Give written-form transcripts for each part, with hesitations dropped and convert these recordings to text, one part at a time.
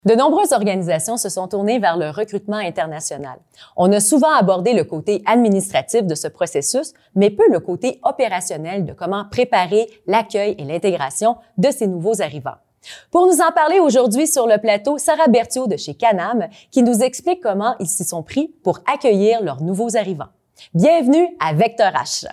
De nombreuses organisations se sont tournées vers le recrutement international. On a souvent abordé le côté administratif de ce processus, mais peu le côté opérationnel de comment préparer l'accueil et l'intégration de ces nouveaux arrivants. Pour nous en parler aujourd'hui sur le plateau, Sarah Berthiaud de chez Canam, qui nous explique comment ils s'y sont pris pour accueillir leurs nouveaux arrivants. Bienvenue à Vector H.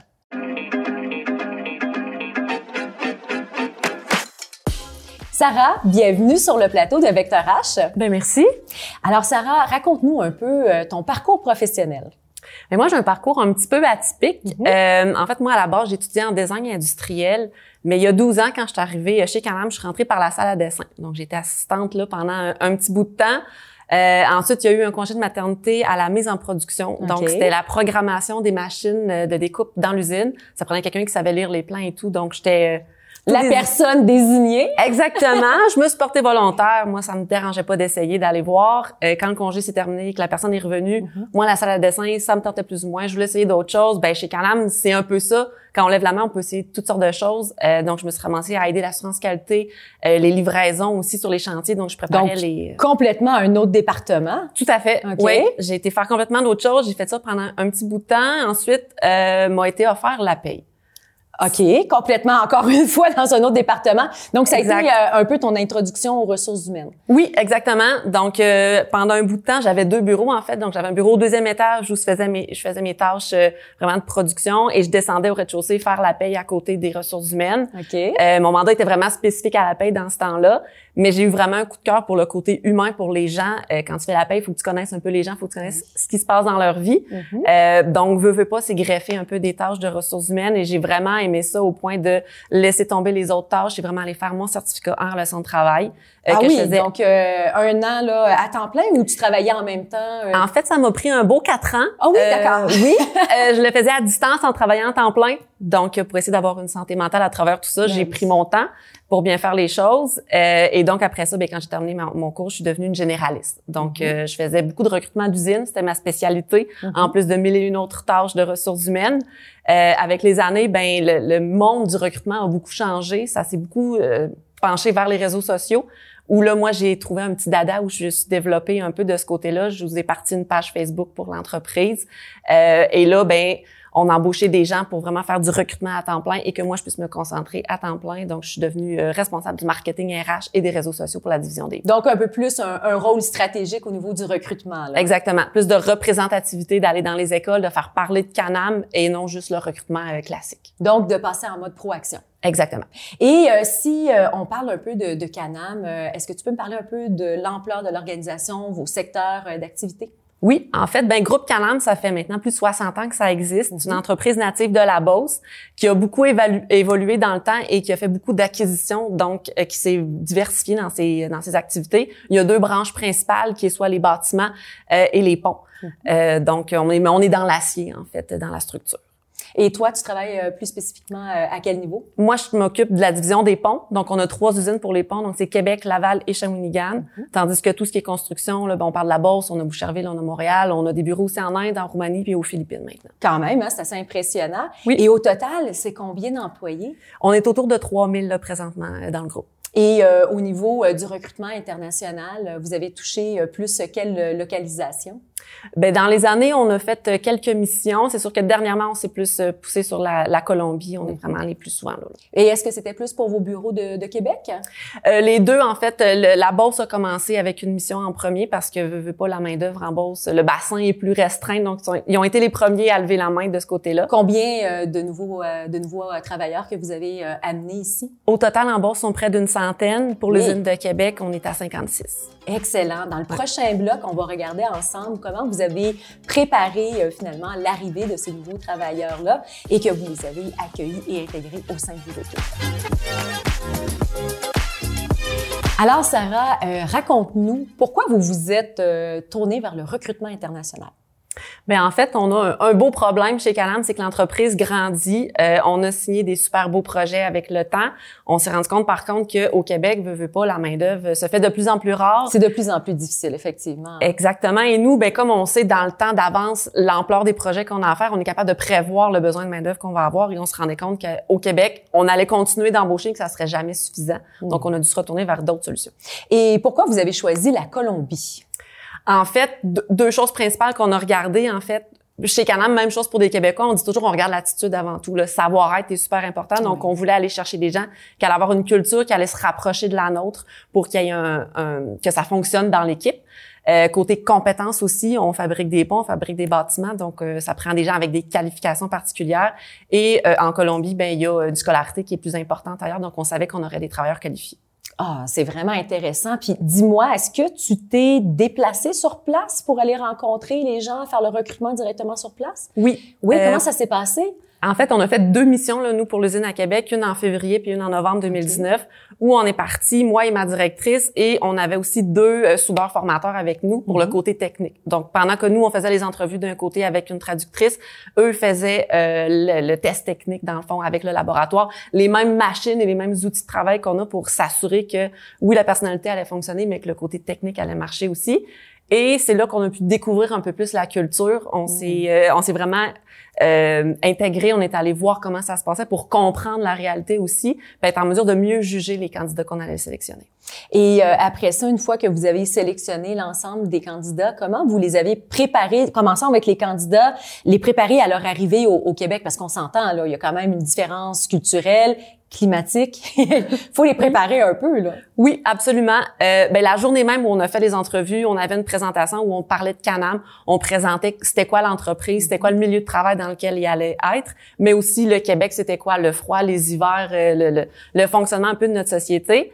Sarah, bienvenue sur le plateau de Vector H. Ben merci. Alors Sarah, raconte-nous un peu ton parcours professionnel. Mais moi, j'ai un parcours un petit peu atypique. En fait, moi, à la base, j'ai étudié en design industriel, mais il y a 12 ans, quand je suis arrivée chez Canam, je suis rentrée par la salle à dessin. Donc, j'étais assistante là pendant un petit bout de temps. Ensuite, il y a eu un congé de maternité à la mise en production. Okay. Donc, c'était la programmation des machines de découpe dans l'usine. Ça prenait quelqu'un qui savait lire les plans et tout. Donc, j'étais... La personne désignée. Exactement. Je me suis portée volontaire. Moi, ça me dérangeait pas d'essayer d'aller voir. Quand le congé s'est terminé, que la personne est revenue, moi, la salle à dessin, ça me tentait plus ou moins. Je voulais essayer d'autres choses. Ben, chez Canam, c'est un peu ça. Quand on lève la main, on peut essayer toutes sortes de choses. Donc, je me suis ramassée à aider l'assurance qualité, les livraisons aussi sur les chantiers. Donc, je préparais complètement un autre département. Tout à fait. Okay. Oui. J'ai été faire complètement d'autres choses. J'ai fait ça pendant un petit bout de temps. Ensuite, m'a été offert la paye. OK, complètement, encore une fois, dans un autre département. Donc, ça a été un peu ton introduction aux ressources humaines. Oui, exactement. Donc, pendant un bout de temps, j'avais 2 bureaux, en fait. Donc, j'avais un bureau au 2e étage où je faisais mes tâches vraiment de production et je descendais au rez-de-chaussée faire la paye à côté des ressources humaines. OK. Mon mandat était vraiment spécifique à la paye dans ce temps-là, mais j'ai eu vraiment un coup de cœur pour le côté humain pour les gens. Quand tu fais la paye, il faut que tu connaisses un peu les gens, il faut que tu connaisses ce qui se passe dans leur vie. Donc, veux pas, c'est greffer un peu des tâches de ressources humaines et j'ai vraiment aimé ça au point de laisser tomber les autres tâches et vraiment aller faire mon certificat en relation de travail. Donc 1 an là à temps plein ou tu travaillais en même temps? En fait, ça m'a pris un beau 4 ans. Ah oui, d'accord. Oui, je le faisais à distance en travaillant en temps plein. Donc, pour essayer d'avoir une santé mentale à travers tout ça, j'ai pris mon temps pour bien faire les choses. Et donc, après ça, quand j'ai terminé mon cours, je suis devenue une généraliste. Donc, je faisais beaucoup de recrutement d'usine. C'était ma spécialité, en plus de 1001 autres tâches de ressources humaines. Avec les années, le monde du recrutement a beaucoup changé. Ça s'est beaucoup penché vers les réseaux sociaux. Où là, moi, j'ai trouvé un petit dada où je suis développée un peu de ce côté-là. Je vous ai parti une page Facebook pour l'entreprise. Et là, on embauchait des gens pour vraiment faire du recrutement à temps plein et que moi, je puisse me concentrer à temps plein. Donc, je suis devenue responsable du marketing RH et des réseaux sociaux pour la division des... Donc, un peu plus un rôle stratégique au niveau du recrutement. Là. Exactement. Plus de représentativité, d'aller dans les écoles, de faire parler de Canam et non juste le recrutement classique. Donc, de passer en mode proaction. Exactement. Et si on parle un peu de Canam, est-ce que tu peux me parler un peu de l'ampleur de l'organisation, vos secteurs d'activité? Oui, en fait, Groupe Canam, ça fait maintenant plus de 60 ans que ça existe. C'est une entreprise native de la Beauce qui a beaucoup évolué dans le temps et qui a fait beaucoup d'acquisitions, donc qui s'est diversifiée dans ses activités. Il y a 2 branches principales qui sont soit les bâtiments et les ponts. Donc, on est dans l'acier, en fait, dans la structure. Et toi, tu travailles plus spécifiquement à quel niveau? Moi, je m'occupe de la division des ponts. Donc, on a 3 usines pour les ponts. Donc, c'est Québec, Laval et Shawinigan. Tandis que tout ce qui est construction, là, on parle de la Beauce, on a Boucherville, on a Montréal, on a des bureaux aussi en Inde, en Roumanie puis aux Philippines maintenant. Quand même, hein, c'est assez impressionnant. Oui. Et au total, c'est combien d'employés? On est autour de 3000 là, présentement dans le groupe. Et au niveau du recrutement international, vous avez touché plus quelle localisation? Dans les années, on a fait quelques missions. C'est sûr que dernièrement, on s'est plus poussé sur la Colombie. On est vraiment allé plus souvent là. Et est-ce que c'était plus pour vos bureaux de Québec? Les deux, en fait. La Beauce a commencé avec une mission en premier parce que veut pas la main-d'œuvre en Beauce. Le bassin est plus restreint, donc ils ont été les premiers à lever la main de ce côté-là. Combien de nouveaux travailleurs que vous avez amenés ici? Au total, en Beauce, sont près d'une centaine. Pour l'usine de Québec, on est à 56. Excellent. Dans le prochain bloc, on va regarder ensemble comment vous avez préparé finalement l'arrivée de ces nouveaux travailleurs-là et que vous les avez accueillis et intégrés au sein de vos équipes. Alors, Sarah, raconte-nous pourquoi vous vous êtes tournée vers le recrutement international. Ben en fait, on a un beau problème chez Canam, c'est que l'entreprise grandit. On a signé des super beaux projets avec le temps. On s'est rendu compte, par contre, qu'au Québec, veut pas, la main-d'œuvre se fait de plus en plus rare. C'est de plus en plus difficile, effectivement. Exactement. Et nous, ben comme on sait dans le temps d'avance l'ampleur des projets qu'on a à faire, on est capable de prévoir le besoin de main-d'œuvre qu'on va avoir. Et on se rendait compte qu'au Québec, on allait continuer d'embaucher, que ça serait jamais suffisant. Donc, on a dû se retourner vers d'autres solutions. Et pourquoi vous avez choisi la Colombie? En fait, deux choses principales qu'on a regardées, en fait. Chez Canam, même chose pour des Québécois, on dit toujours on regarde l'attitude avant tout. Le savoir-être est super important, donc on voulait aller chercher des gens qui allaient avoir une culture qui allait se rapprocher de la nôtre pour qu'il y ait que ça fonctionne dans l'équipe. Côté compétences aussi, on fabrique des ponts, on fabrique des bâtiments, donc ça prend des gens avec des qualifications particulières. Et en Colombie, ben il y a une scolarité qui est plus importante ailleurs, donc on savait qu'on aurait des travailleurs qualifiés. Ah, c'est vraiment intéressant. Puis dis-moi, est-ce que tu t'es déplacé sur place pour aller rencontrer les gens, faire le recrutement directement sur place? Oui. Oui, comment ça s'est passé? En fait, on a fait 2 missions, là, nous, pour l'usine à Québec, une en février puis une en novembre 2019, où on est parti, moi et ma directrice, et on avait aussi 2 soudeurs formateurs avec nous pour le côté technique. Donc, pendant que nous, on faisait les entrevues d'un côté avec une traductrice, eux faisaient le test technique, dans le fond, avec le laboratoire, les mêmes machines et les mêmes outils de travail qu'on a pour s'assurer que, oui, la personnalité allait fonctionner, mais que le côté technique allait marcher aussi. Et c'est là qu'on a pu découvrir un peu plus la culture. On s'est vraiment intégré, on est allé voir comment ça se passait pour comprendre la réalité aussi, puis être en mesure de mieux juger les candidats qu'on allait sélectionner. Et après ça, une fois que vous avez sélectionné l'ensemble des candidats, comment vous les avez préparés? Commençons avec les candidats, les préparer à leur arrivée au Québec, parce qu'on s'entend, là, il y a quand même une différence culturelle, climatique. Faut les préparer un peu, là. Oui, absolument. La journée même où on a fait les entrevues, on avait une présentation où on parlait de Canam, on présentait c'était quoi l'entreprise, c'était quoi le milieu de travail dans lequel il allait être, mais aussi le Québec, c'était quoi le froid, les hivers, le fonctionnement un peu de notre société.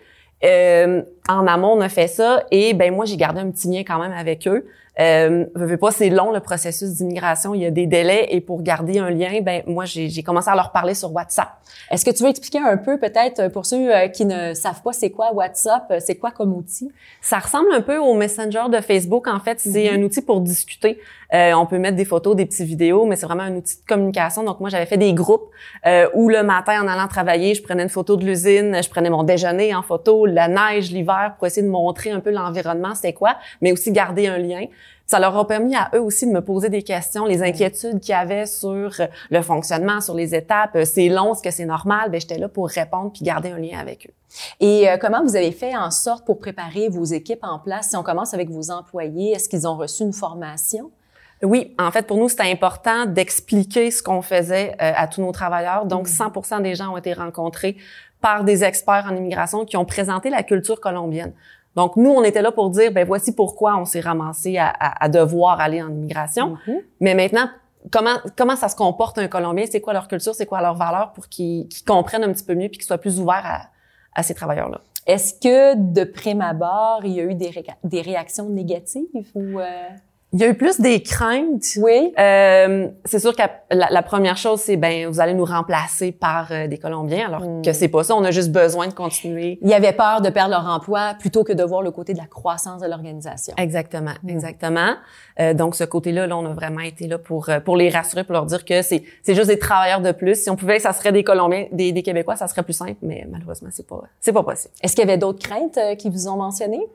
En amont, on a fait ça et moi j'ai gardé un petit lien quand même avec eux. Veux pas, c'est long le processus d'immigration, il y a des délais et pour garder un lien, moi j'ai commencé à leur parler sur WhatsApp. Est-ce que tu veux expliquer un peu peut-être pour ceux qui ne savent pas c'est quoi WhatsApp, c'est quoi comme outil? Ça ressemble un peu au Messenger de Facebook en fait, c'est un outil pour discuter. On peut mettre des photos, des petites vidéos, mais c'est vraiment un outil de communication. Donc moi j'avais fait des groupes où le matin en allant travailler, je prenais une photo de l'usine, je prenais mon déjeuner en photo, la neige, l'hiver pour essayer de montrer un peu l'environnement, c'était quoi, mais aussi garder un lien. Ça leur a permis à eux aussi de me poser des questions, les inquiétudes qu'il y avait sur le fonctionnement, sur les étapes. C'est long, est-ce que c'est normal? J'étais là pour répondre puis garder un lien avec eux. Et comment vous avez fait en sorte pour préparer vos équipes en place? Si on commence avec vos employés, est-ce qu'ils ont reçu une formation? Oui, en fait, pour nous, c'était important d'expliquer ce qu'on faisait à tous nos travailleurs. Donc, 100% des gens ont été rencontrés par des experts en immigration qui ont présenté la culture colombienne. Donc, nous, on était là pour dire, voici pourquoi on s'est ramassé à devoir aller en immigration. Mais maintenant, comment ça se comporte un Colombien? C'est quoi leur culture? C'est quoi leurs valeurs pour qu'ils comprennent un petit peu mieux puis qu'ils soient plus ouverts à ces travailleurs-là? Est-ce que, de prime abord, il y a eu des réactions négatives ou... Il y a eu plus des craintes. Oui. C'est sûr que la première chose, c'est vous allez nous remplacer par des Colombiens, alors que c'est pas ça. On a juste besoin de continuer. Ils avaient peur de perdre leur emploi plutôt que de voir le côté de la croissance de l'organisation. Exactement, exactement. Donc ce côté-là, on a vraiment été là pour les rassurer, pour leur dire que c'est juste des travailleurs de plus. Si on pouvait, ça serait des Colombiens, des Québécois, ça serait plus simple, mais malheureusement, c'est pas possible. Est-ce qu'il y avait d'autres craintes qui vous ont mentionnées?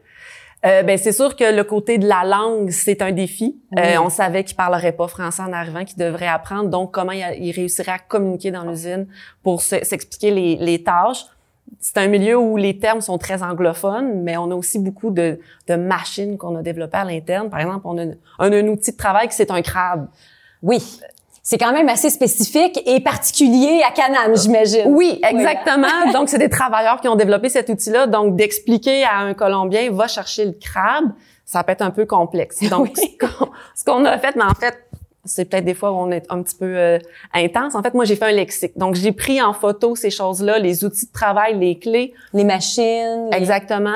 C'est sûr que le côté de la langue, c'est un défi. On savait qu'ils parleraient pas français en arrivant, qu'ils devraient apprendre. Donc, comment ils réussiraient à communiquer dans l'usine pour s'expliquer les tâches. C'est un milieu où les termes sont très anglophones, mais on a aussi beaucoup de machines qu'on a développées à l'interne. Par exemple, on a un outil de travail qui c'est un crabe. Oui. C'est quand même assez spécifique et particulier à Canam, j'imagine. Oui, exactement. Oui. Donc, c'est des travailleurs qui ont développé cet outil-là. Donc, d'expliquer à un Colombien, va chercher le crabe, ça peut être un peu complexe. Donc, ce qu'on a fait, mais en fait, c'est peut-être des fois où on est un petit peu intense. En fait, moi, j'ai fait un lexique. Donc, j'ai pris en photo ces choses-là, les outils de travail, les clés. Les machines. Exactement.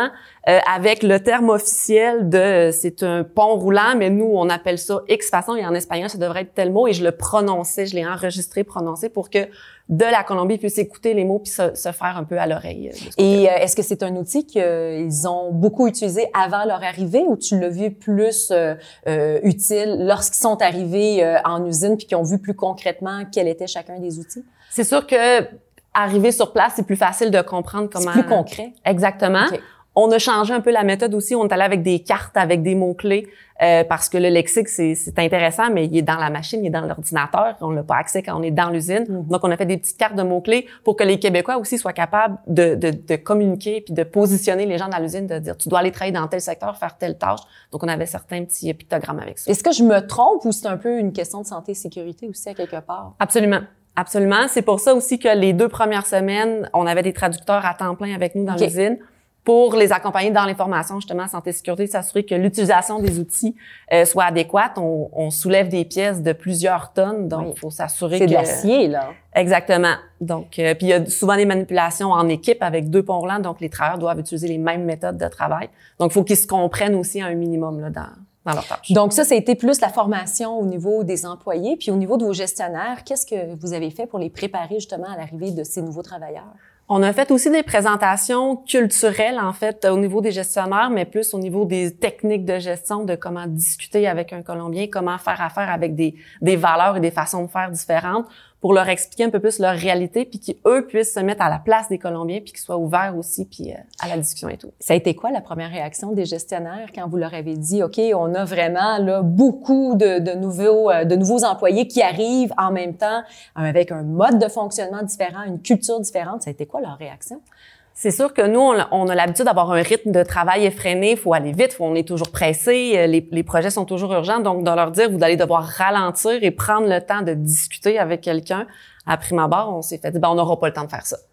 avec le terme officiel de c'est un pont roulant, mais nous on appelle ça X façon et en espagnol ça devrait être tel mot et je l'ai enregistré, prononcé pour que de la Colombie puisse écouter les mots puis se faire un peu à l'oreille. Et est-ce que c'est un outil qu'ils ont beaucoup utilisé avant leur arrivée ou tu l'as vu plus utile lorsqu'ils sont arrivés en usine puis qu'ils ont vu plus concrètement quel était chacun des outils? C'est sûr que arriver sur place, c'est plus facile de comprendre comment. C'est plus concret. Exactement. Okay. On a changé un peu la méthode aussi. On est allé avec des cartes, avec des mots-clés, parce que le lexique, c'est intéressant, mais il est dans la machine, il est dans l'ordinateur. On n'a pas accès quand on est dans l'usine. Donc, on a fait des petites cartes de mots-clés pour que les Québécois aussi soient capables de communiquer puis de positionner les gens dans l'usine, de dire, tu dois aller travailler dans tel secteur, faire telle tâche. Donc, on avait certains petits pictogrammes avec ça. Est-ce que je me trompe ou c'est un peu une question de santé et sécurité aussi à quelque part? Absolument. Absolument. C'est pour ça aussi que les 2 premières semaines, on avait des traducteurs à temps plein avec nous dans l'usine pour les accompagner dans les formations, justement, santé et sécurité, s'assurer que l'utilisation des outils soit adéquate. On soulève des pièces de plusieurs tonnes, donc il faut s'assurer que... C'est de l'acier, là. Exactement. Donc, puis il y a souvent des manipulations en équipe avec 2 ponts roulants, donc les travailleurs doivent utiliser les mêmes méthodes de travail. Donc, il faut qu'ils se comprennent aussi à un minimum là dans leur tâche. Donc ça a été plus la formation au niveau des employés. Puis au niveau de vos gestionnaires, qu'est-ce que vous avez fait pour les préparer justement à l'arrivée de ces nouveaux travailleurs? On a fait aussi des présentations culturelles, en fait, au niveau des gestionnaires, mais plus au niveau des techniques de gestion, de comment discuter avec un Colombien, comment faire affaire avec des valeurs et des façons de faire différentes, pour leur expliquer un peu plus leur réalité, puis qu'eux puissent se mettre à la place des Colombiens, puis qu'ils soient ouverts aussi, puis à la discussion et tout. Ça a été quoi la première réaction des gestionnaires quand vous leur avez dit, OK, on a vraiment là beaucoup de nouveaux employés qui arrivent en même temps avec un mode de fonctionnement différent, une culture différente. Ça a été quoi leur réaction? C'est sûr que nous, on a l'habitude d'avoir un rythme de travail effréné. Il faut aller vite, on est toujours pressé, les projets sont toujours urgents. Donc, de leur dire, vous allez devoir ralentir et prendre le temps de discuter avec quelqu'un. À prime abord, on s'est fait dire, on n'aura pas le temps de faire ça.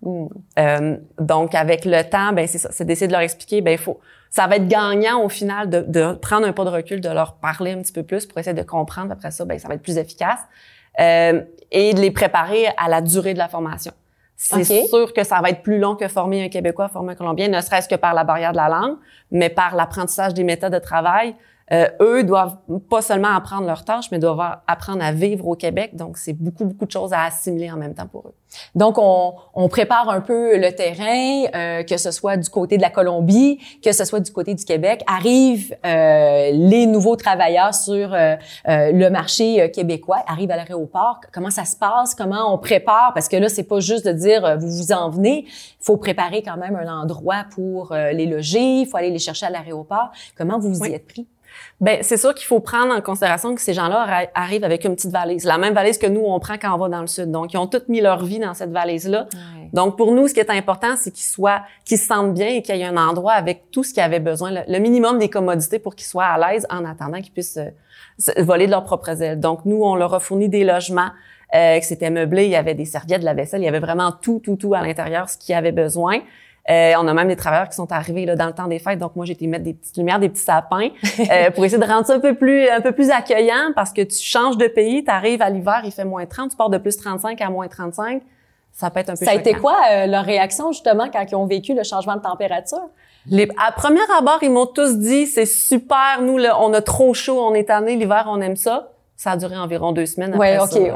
Donc, avec le temps, c'est ça, c'est d'essayer de leur expliquer, ça va être gagnant au final de prendre un pas de recul, de leur parler un petit peu plus pour essayer de comprendre. Après ça, ça va être plus efficace. Et de les préparer à la durée de la formation. C'est sûr que ça va être plus long que former un Québécois, former un Colombien, ne serait-ce que par la barrière de la langue, mais par l'apprentissage des méthodes de travail. Eux doivent pas seulement apprendre leurs tâches, mais doivent apprendre à vivre au Québec. Donc, c'est beaucoup de choses à assimiler en même temps pour eux. Donc, on prépare un peu le terrain, que ce soit du côté de la Colombie, que ce soit du côté du Québec. Arrivent les nouveaux travailleurs sur le marché québécois, arrivent à l'aéroport. Comment ça se passe? Comment on prépare? Parce que là, c'est pas juste de dire vous vous en venez. Il faut préparer quand même un endroit pour les loger. Il faut aller les chercher à l'aéroport. Comment vous vous y êtes pris? C'est sûr qu'il faut prendre en considération que ces gens-là arrivent avec une petite valise, la même valise que nous on prend quand on va dans le sud. Donc ils ont toutes mis leur vie dans cette valise-là. Ouais. Donc pour nous, ce qui est important, c'est qu'ils se sentent bien et qu'il y ait un endroit avec tout ce qu'ils avaient besoin, le minimum des commodités pour qu'ils soient à l'aise en attendant qu'ils puissent voler de leurs propres ailes. Donc nous, on leur a fourni des logements que c'était meublé, il y avait des serviettes, de la vaisselle, il y avait vraiment tout à l'intérieur, ce qu'ils avaient besoin. On a même des travailleurs qui sont arrivés là dans le temps des fêtes, donc moi j'ai été mettre des petites lumières, des petits sapins pour essayer de rendre ça un peu plus accueillant, parce que tu changes de pays, tu arrives à l'hiver, il fait moins 30, tu pars de plus 35 à moins 35, ça peut être un peu choquant. Ça a été quoi leur réaction justement quand ils ont vécu le changement de température? À premier abord, ils m'ont tous dit c'est super, nous là, on a trop chaud, on est tanné, l'hiver on aime ça. Ça a duré environ 2 semaines après ça. Ouais.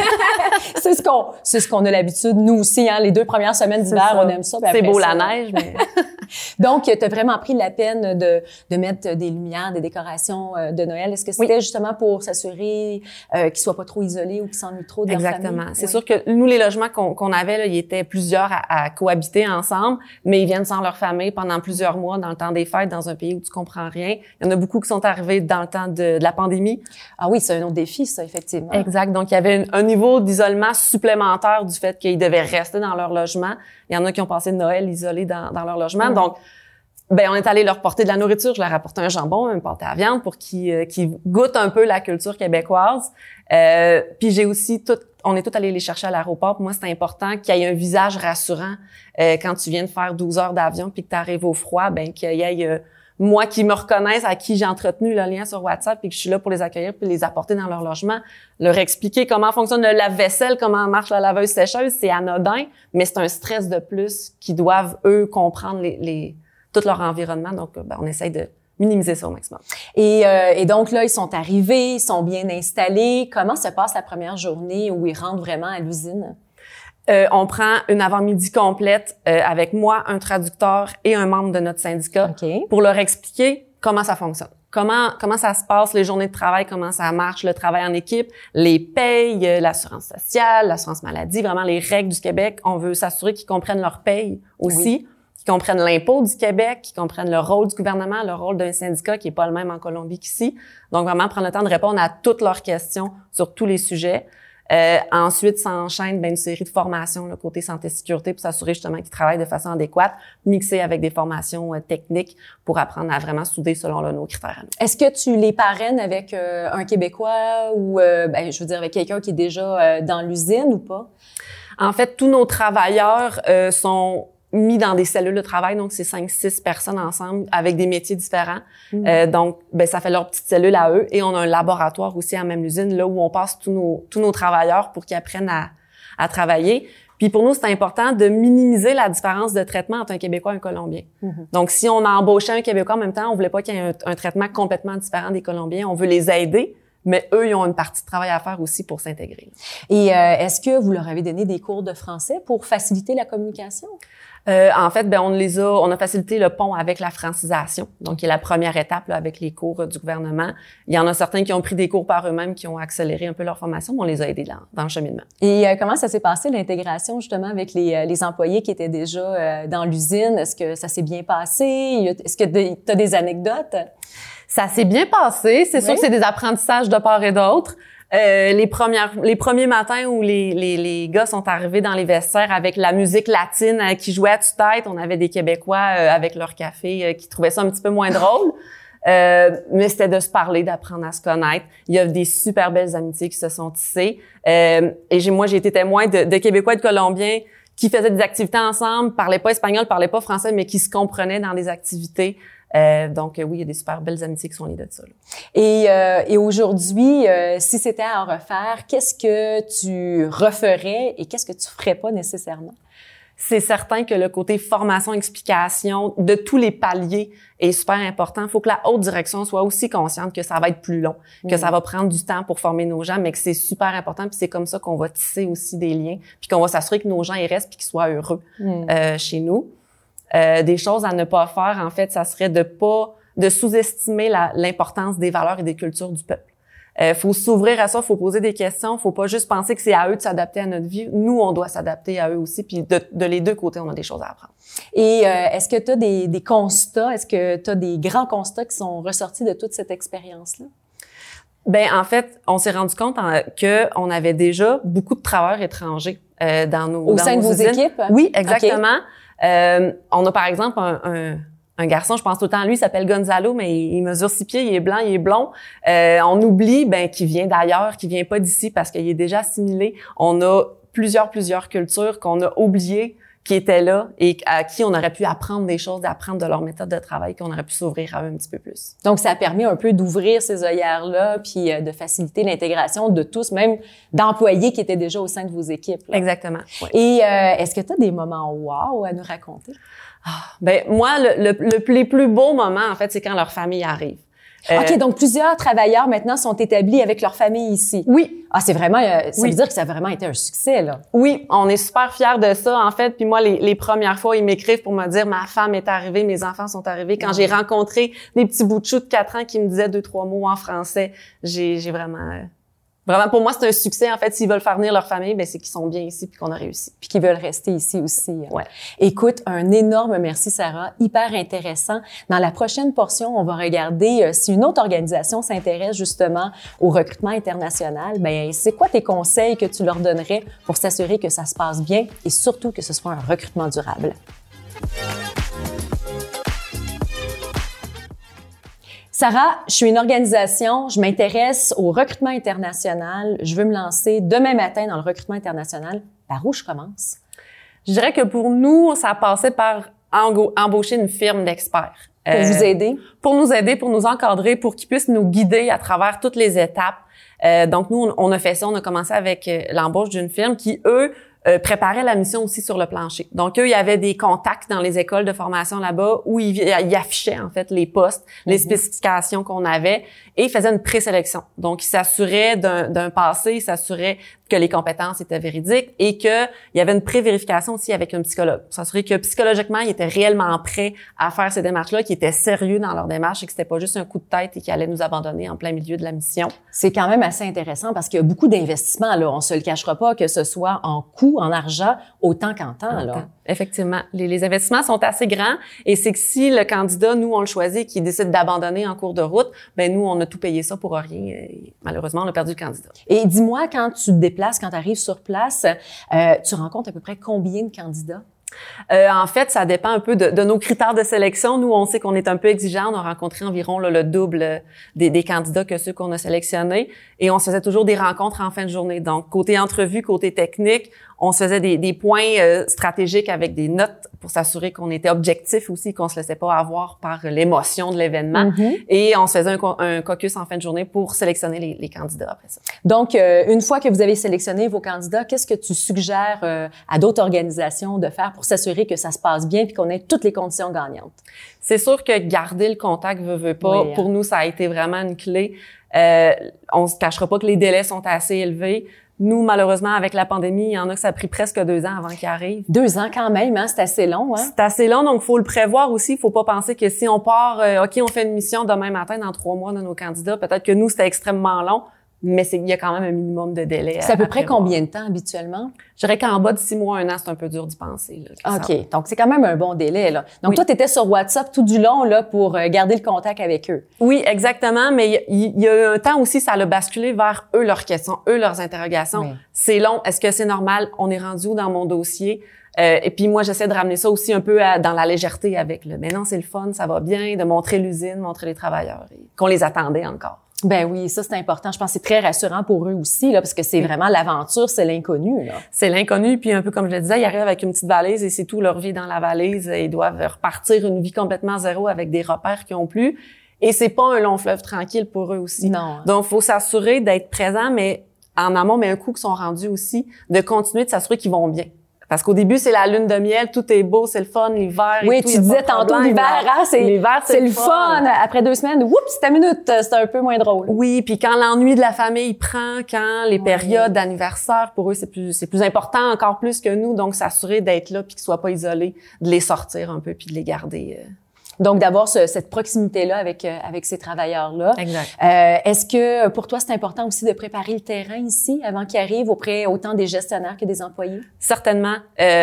C'est ce qu'on a l'habitude, nous aussi, hein, les 2 premières semaines d'hiver, on aime ça. C'est beau la neige, mais... Donc, tu as vraiment pris la peine de mettre des lumières, des décorations de Noël. Est-ce que c'était justement pour s'assurer qu'ils soient pas trop isolés ou qu'ils s'ennuient trop de leur famille? Exactement. C'est sûr que nous, les logements qu'on avait, là, ils étaient plusieurs à cohabiter ensemble, mais ils viennent sans leur famille pendant plusieurs mois dans le temps des fêtes, dans un pays où tu comprends rien. Il y en a beaucoup qui sont arrivés dans le temps de la pandémie. Ah oui, c'est un autre défi, ça, effectivement. Exact. Donc, il y avait un niveau d'isolement supplémentaire du fait qu'ils devaient rester dans leur logement. Il y en a qui ont passé Noël isolés dans leur logement. Donc, on est allé leur porter de la nourriture. Je leur ai apporté un jambon, un pâté à viande pour qu'ils goûtent un peu la culture québécoise. Puis on est tous allés les chercher à l'aéroport. Pour moi, c'est important qu'il y ait un visage rassurant quand tu viens de faire 12 heures d'avion puis que tu arrives au froid, qu'il y ait moi qui me reconnaissent, à qui j'ai entretenu le lien sur WhatsApp et que je suis là pour les accueillir puis les apporter dans leur logement, leur expliquer comment fonctionne le lave-vaisselle, comment marche la laveuse-sécheuse, c'est anodin, mais c'est un stress de plus qu'ils doivent, eux, comprendre tout leur environnement. Donc, on essaye de minimiser ça au maximum. Et donc là, ils sont arrivés, ils sont bien installés. Comment se passe la première journée où ils rentrent vraiment à l'usine? On prend une avant-midi complète avec moi, un traducteur et un membre de notre syndicat pour leur expliquer comment ça fonctionne. Comment ça se passe, les journées de travail, comment ça marche, le travail en équipe, les payes, l'assurance sociale, l'assurance maladie, vraiment les règles du Québec. On veut s'assurer qu'ils comprennent leur paye aussi, qu'ils comprennent l'impôt du Québec, qu'ils comprennent le rôle du gouvernement, le rôle d'un syndicat qui est pas le même en Colombie qu'ici. Donc vraiment prendre le temps de répondre à toutes leurs questions sur tous les sujets. Ensuite, s'enchaîne une série de formations là, côté santé-sécurité pour s'assurer justement qu'ils travaillent de façon adéquate, mixées avec des formations techniques pour apprendre à vraiment souder selon nos critères à nous. Est-ce que tu les parraines avec un Québécois ou, je veux dire, avec quelqu'un qui est déjà dans l'usine ou pas? En fait, tous nos travailleurs sont mis dans des cellules de travail, donc c'est 5-6 personnes ensemble avec des métiers différents. Donc, ça fait leur petite cellule à eux. Et on a un laboratoire aussi à la même usine, là où on passe tous nos travailleurs pour qu'ils apprennent à travailler. Puis pour nous, c'est important de minimiser la différence de traitement entre un Québécois et un Colombien. Donc, si on a embauché un Québécois en même temps, on voulait pas qu'il y ait un traitement complètement différent des Colombiens. On veut les aider, mais eux, ils ont une partie de travail à faire aussi pour s'intégrer. Et est-ce que vous leur avez donné des cours de français pour faciliter la communication? En fait, on a facilité le pont avec la francisation, donc qui est la première étape là, avec les cours du gouvernement. Il y en a certains qui ont pris des cours par eux-mêmes, qui ont accéléré un peu leur formation, mais on les a aidés dans le cheminement. Et comment ça s'est passé l'intégration justement avec les employés qui étaient déjà dans l'usine? Est-ce que ça s'est bien passé? Est-ce que tu as des anecdotes? Ça s'est bien passé. C'est sûr que c'est des apprentissages de part et d'autre. Les premiers matins où les gars sont arrivés dans les vestiaires avec la musique latine qui jouait à tue-tête, on avait des Québécois avec leur café qui trouvaient ça un petit peu moins drôle. Mais c'était de se parler, d'apprendre à se connaître. Il y a des super belles amitiés qui se sont tissées. Et moi, j'ai été témoin de Québécois et de Colombiens qui faisaient des activités ensemble, parlaient pas espagnol, parlaient pas français, mais qui se comprenaient dans des activités. Donc oui, il y a des super belles amitiés qui sont liées de ça. Là. Et aujourd'hui, si c'était à refaire, qu'est-ce que tu referais et qu'est-ce que tu ferais pas nécessairement? C'est certain que le côté formation-explication de tous les paliers est super important. Il faut que la haute direction soit aussi consciente que ça va être plus long, que ça va prendre du temps pour former nos gens, mais que c'est super important. Puis c'est comme ça qu'on va tisser aussi des liens, puis qu'on va s'assurer que nos gens y restent puis qu'ils soient heureux chez nous. Des choses à ne pas faire, en fait, ça serait de sous-estimer l'importance des valeurs et des cultures du peuple. Faut s'ouvrir à ça, faut poser des questions, faut pas juste penser que c'est à eux de s'adapter à notre vie. Nous, on doit s'adapter à eux aussi, puis de les deux côtés, on a des choses à apprendre. Et est-ce que tu as des constats, est-ce que tu as des grands constats qui sont ressortis de toute cette expérience-là? En fait, on s'est rendu compte que on avait déjà beaucoup de travailleurs étrangers dans nos sein de vos équipes? Oui, exactement. Okay. On a par exemple un garçon, je pense tout le temps à lui, il s'appelle Gonzalo, mais il mesure 6 pieds, il est blanc, il est blond. On oublie qu'il vient d'ailleurs, qu'il vient pas d'ici parce qu'il est déjà assimilé. On a plusieurs cultures qu'on a oubliées, qui étaient là et à qui on aurait pu apprendre des choses, d'apprendre de leur méthode de travail, qu'on aurait pu s'ouvrir à eux un petit peu plus. Donc, ça a permis un peu d'ouvrir ces œillères-là puis de faciliter l'intégration de tous, même d'employés qui étaient déjà au sein de vos équipes. Là. Exactement. Oui. Et est-ce que tu as des moments wow à nous raconter? Moi, les plus beaux moments, en fait, c'est quand leur famille arrive. OK, donc plusieurs travailleurs maintenant sont établis avec leur famille ici. Oui. Ah, c'est vraiment, ça veut dire que ça a vraiment été un succès, là. Oui, on est super fiers de ça, en fait. Puis moi, les premières fois, ils m'écrivent pour me dire, ma femme est arrivée, mes enfants sont arrivés. Quand j'ai rencontré des petits bouts de chou de 4 ans qui me disaient 2-3 mots en français, j'ai vraiment, pour moi, c'est un succès, en fait. S'ils veulent faire venir leur famille, c'est qu'ils sont bien ici puis qu'on a réussi. Puis qu'ils veulent rester ici aussi. Ouais. Écoute, un énorme merci, Sarah. Hyper intéressant. Dans la prochaine portion, on va regarder si une autre organisation s'intéresse justement au recrutement international. C'est quoi tes conseils que tu leur donnerais pour s'assurer que ça se passe bien et surtout que ce soit un recrutement durable? Sarah, je suis une organisation, je m'intéresse au recrutement international, je veux me lancer demain matin dans le recrutement international. Par où je commence? Je dirais que pour nous, ça passait par embaucher une firme d'experts. Pour vous aider? Pour nous aider, pour nous encadrer, pour qu'ils puissent nous guider à travers toutes les étapes. Donc, nous, on a fait ça. On a commencé avec l'embauche d'une firme qui, eux, préparaient la mission aussi sur le plancher. Donc, eux, il y avait des contacts dans les écoles de formation là-bas où ils affichaient, en fait, les postes, les spécifications qu'on avait et ils faisaient une présélection. Donc, ils s'assuraient d'un passé, ils s'assuraient que les compétences étaient véridiques et qu'il y avait une pré-vérification aussi avec un psychologue pour s'assurer que psychologiquement, ils étaient réellement prêts à faire ces démarches-là, qu'ils étaient sérieux dans leur démarche et que c'était pas juste un coup de tête et qu'ils allaient nous abandonner en plein milieu de la mission. C'est quand même assez intéressant parce qu'il y a beaucoup d'investissements, là. On se le cachera pas, que ce soit en coût, en argent, autant qu'en temps, là. Effectivement. Les investissements sont assez grands et c'est que si le candidat, nous, on le choisit, qui décide d'abandonner en cours de route, ben nous, on a tout payé ça pour rien et malheureusement, on a perdu le candidat. Et dis-moi, quand tu te déplaces, quand tu arrives sur place, tu rencontres à peu près combien de candidats? En fait, ça dépend un peu de nos critères de sélection. Nous, on sait qu'on est un peu exigeant. On a rencontré environ là, le double des candidats que ceux qu'on a sélectionnés. Et on se faisait toujours des rencontres en fin de journée. Donc, côté entrevue, côté technique, on se faisait des points stratégiques avec des notes pour s'assurer qu'on était objectif aussi, qu'on se laissait pas avoir par l'émotion de l'événement. Et on se faisait un caucus en fin de journée pour sélectionner les candidats après ça. Donc, une fois que vous avez sélectionné vos candidats, qu'est-ce que tu suggères à d'autres organisations de faire pour s'assurer que ça se passe bien puis qu'on ait toutes les conditions gagnantes? C'est sûr que garder le contact veut pas. Oui, pour nous, ça a été vraiment une clé. On se cachera pas que les délais sont assez élevés. Nous, malheureusement, avec la pandémie, il y en a que ça a pris presque 2 ans avant qu'ils arrivent. 2 ans quand même, hein? C'est assez long, hein? C'est assez long, donc faut le prévoir aussi. Faut pas penser que si on part, OK, on fait une mission demain matin, dans 3 mois de nos candidats, peut-être que nous, c'était extrêmement long, mais il y a quand même un minimum de délai. C'est à peu près combien de temps habituellement? Je dirais qu'en bas de 6 mois, 1 an, c'est un peu dur d'y penser. Là, OK. Donc, c'est quand même un bon délai, là. Donc, toi, tu étais sur WhatsApp tout du long, là, pour garder le contact avec eux. Oui, exactement. Mais il y a eu un temps aussi, ça l'a basculé vers eux, leurs questions, eux, leurs interrogations. Oui. C'est long. Est-ce que c'est normal? On est rendu où dans mon dossier? Et puis moi, j'essaie de ramener ça aussi un peu dans la légèreté avec le « mais non, c'est le fun, ça va bien », de montrer l'usine, montrer les travailleurs, et qu'on les attendait encore. Ben oui, ça c'est important. Je pense que c'est très rassurant pour eux aussi, là, parce que c'est vraiment l'aventure, c'est l'inconnu, là. C'est l'inconnu, puis un peu comme je le disais, ils arrivent avec une petite valise et c'est tout leur vie dans la valise. Et ils doivent repartir une vie complètement zéro avec des repères qu'ils ont plus. Et c'est pas un long fleuve tranquille pour eux aussi. Non. Donc, faut s'assurer d'être présent, mais en amont, mais un coup qu'ils sont rendus aussi, de continuer de s'assurer qu'ils vont bien. Parce qu'au début, c'est la lune de miel, tout est beau, c'est le fun, l'hiver. Oui, et tout, tu disais tantôt l'hiver, hein, c'est le fun. Après 2 semaines, oups, ta minute, c'est un peu moins drôle. Oui, puis quand l'ennui de la famille prend, quand les périodes d'anniversaire, pour eux, c'est plus important, encore plus que nous. Donc, s'assurer d'être là puis qu'ils soient pas isolés, de les sortir un peu puis de les garder. Donc, d'avoir cette proximité-là avec ces travailleurs-là. Exact. Est-ce que pour toi, c'est important aussi de préparer le terrain ici avant qu'ils arrivent auprès autant des gestionnaires que des employés? Certainement.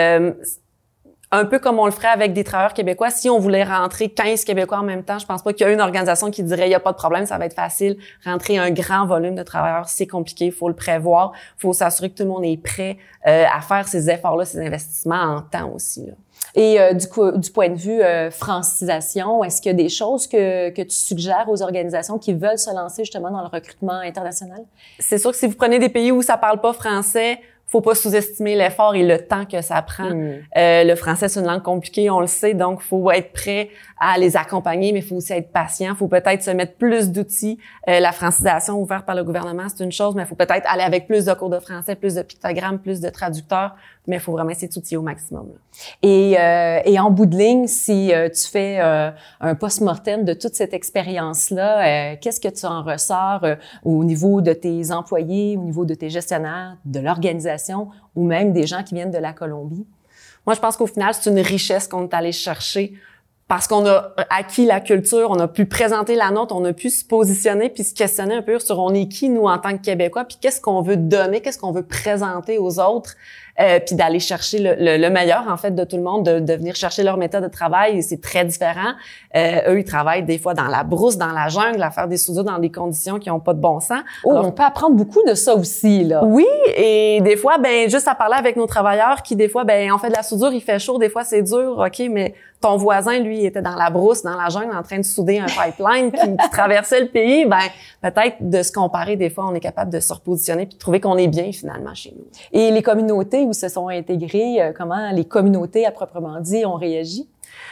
Un peu comme on le ferait avec des travailleurs québécois. Si on voulait rentrer 15 Québécois en même temps, je pense pas qu'il y a une organisation qui dirait il y a pas de problème, ça va être facile. Rentrer un grand volume de travailleurs, c'est compliqué, il faut le prévoir. Il faut s'assurer que tout le monde est prêt à faire ces efforts-là, ces investissements en temps aussi, là. Et du point de vue francisation, est-ce qu'il y a des choses que tu suggères aux organisations qui veulent se lancer justement dans le recrutement international? C'est sûr que si vous prenez des pays où ça parle pas français, faut pas sous-estimer l'effort et le temps que ça prend. Le français, c'est une langue compliquée, on le sait, donc faut être prêt à les accompagner, mais faut aussi être patient. Faut peut-être se mettre plus d'outils. La francisation ouverte par le gouvernement, c'est une chose, mais faut peut-être aller avec plus de cours de français, plus de pictogrammes, plus de traducteurs, mais il faut vraiment essayer de s'outiller au maximum, là. Et en bout de ligne, si tu fais un post-mortem de toute cette expérience-là, qu'est-ce que tu en ressors au niveau de tes employés, au niveau de tes gestionnaires, de l'organisation ou même des gens qui viennent de la Colombie? Moi, je pense qu'au final, c'est une richesse qu'on est allé chercher parce qu'on a acquis la culture, on a pu présenter la nôtre, on a pu se positionner puis se questionner un peu sur on est qui, nous, en tant que Québécois, puis qu'est-ce qu'on veut donner, qu'est-ce qu'on veut présenter aux autres. Puis d'aller chercher le meilleur en fait de tout le monde, de venir chercher leur méthode de travail, c'est très différent. Eux, ils travaillent des fois dans la brousse, dans la jungle, à faire des soudures dans des conditions qui ont pas de bon sens. Alors, on peut apprendre beaucoup de ça aussi, là. Oui, et des fois, juste à parler avec nos travailleurs qui des fois, on fait de la soudure, il fait chaud, des fois c'est dur, ok, mais ton voisin, lui, était dans la brousse, dans la jungle, en train de souder un pipeline qui traversait le pays. Peut-être de se comparer, des fois, on est capable de se repositionner puis de trouver qu'on est bien finalement chez nous. Et les communautés où se sont intégrées, comment les communautés à proprement dit ont réagi?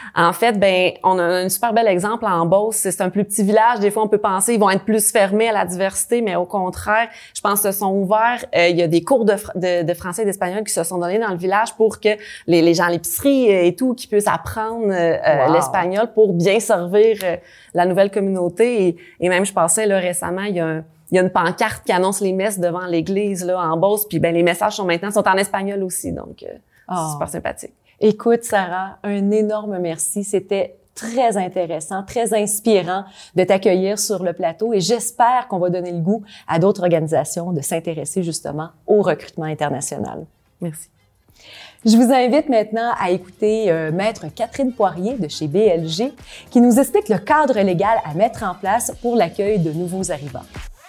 En fait, on a un super bel exemple en Beauce. C'est un plus petit village. Des fois, on peut penser qu'ils vont être plus fermés à la diversité, mais au contraire, je pense qu'ils se sont ouverts. Il y a des cours de français et d'espagnol qui se sont donnés dans le village pour que les gens à l'épicerie et tout, qui puissent apprendre l'espagnol pour bien servir la nouvelle communauté. Et même, je pensais là récemment, il y a une pancarte qui annonce les messes devant l'église là en Beauce. Puis les messages sont en espagnol aussi, donc c'est super sympathique. Écoute, Sarah, un énorme merci. C'était très intéressant, très inspirant de t'accueillir sur le plateau et j'espère qu'on va donner le goût à d'autres organisations de s'intéresser justement au recrutement international. Merci. Je vous invite maintenant à écouter Maître Catherine Poirier de chez BLG qui nous explique le cadre légal à mettre en place pour l'accueil de nouveaux arrivants.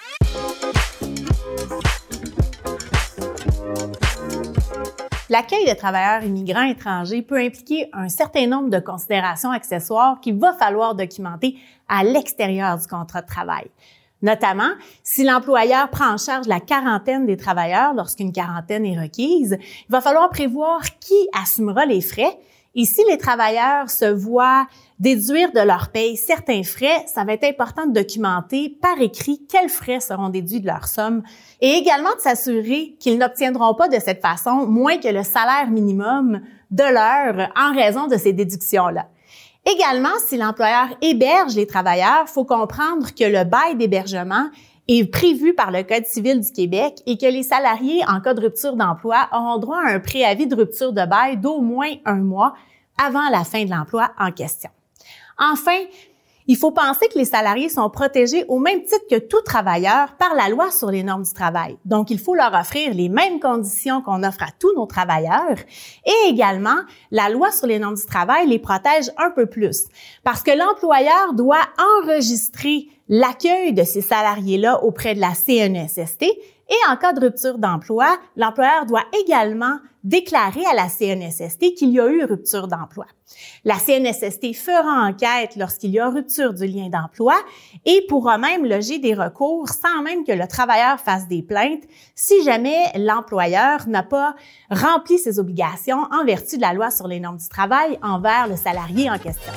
L'accueil de travailleurs immigrants étrangers peut impliquer un certain nombre de considérations accessoires qu'il va falloir documenter à l'extérieur du contrat de travail. Notamment, si l'employeur prend en charge la quarantaine des travailleurs lorsqu'une quarantaine est requise, il va falloir prévoir qui assumera les frais. Et si les travailleurs se voient déduire de leur paye certains frais, ça va être important de documenter par écrit quels frais seront déduits de leur somme et également de s'assurer qu'ils n'obtiendront pas de cette façon moins que le salaire minimum de l'heure en raison de ces déductions-là. Également, si l'employeur héberge les travailleurs, il faut comprendre que le bail d'hébergement est prévu par le Code civil du Québec et que les salariés, en cas de rupture d'emploi, auront droit à un préavis de rupture de bail d'au moins 1 mois avant la fin de l'emploi en question. Enfin, il faut penser que les salariés sont protégés au même titre que tout travailleur par la loi sur les normes du travail. Donc, il faut leur offrir les mêmes conditions qu'on offre à tous nos travailleurs. Et également, la loi sur les normes du travail les protège un peu plus parce que l'employeur doit enregistrer l'accueil de ces salariés-là auprès de la CNESST et en cas de rupture d'emploi, l'employeur doit également déclarer à la CNESST qu'il y a eu rupture d'emploi. La CNESST fera enquête lorsqu'il y a rupture du lien d'emploi et pourra même loger des recours sans même que le travailleur fasse des plaintes si jamais l'employeur n'a pas rempli ses obligations en vertu de la loi sur les normes du travail envers le salarié en question.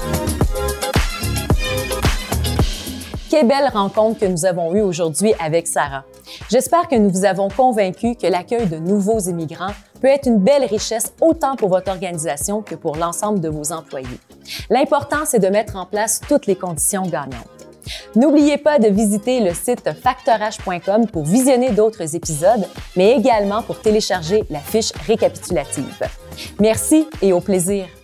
Quelle belle rencontre que nous avons eue aujourd'hui avec Sarah. J'espère que nous vous avons convaincus que l'accueil de nouveaux immigrants peut être une belle richesse autant pour votre organisation que pour l'ensemble de vos employés. L'important, c'est de mettre en place toutes les conditions gagnantes. N'oubliez pas de visiter le site factorage.com pour visionner d'autres épisodes, mais également pour télécharger la fiche récapitulative. Merci et au plaisir!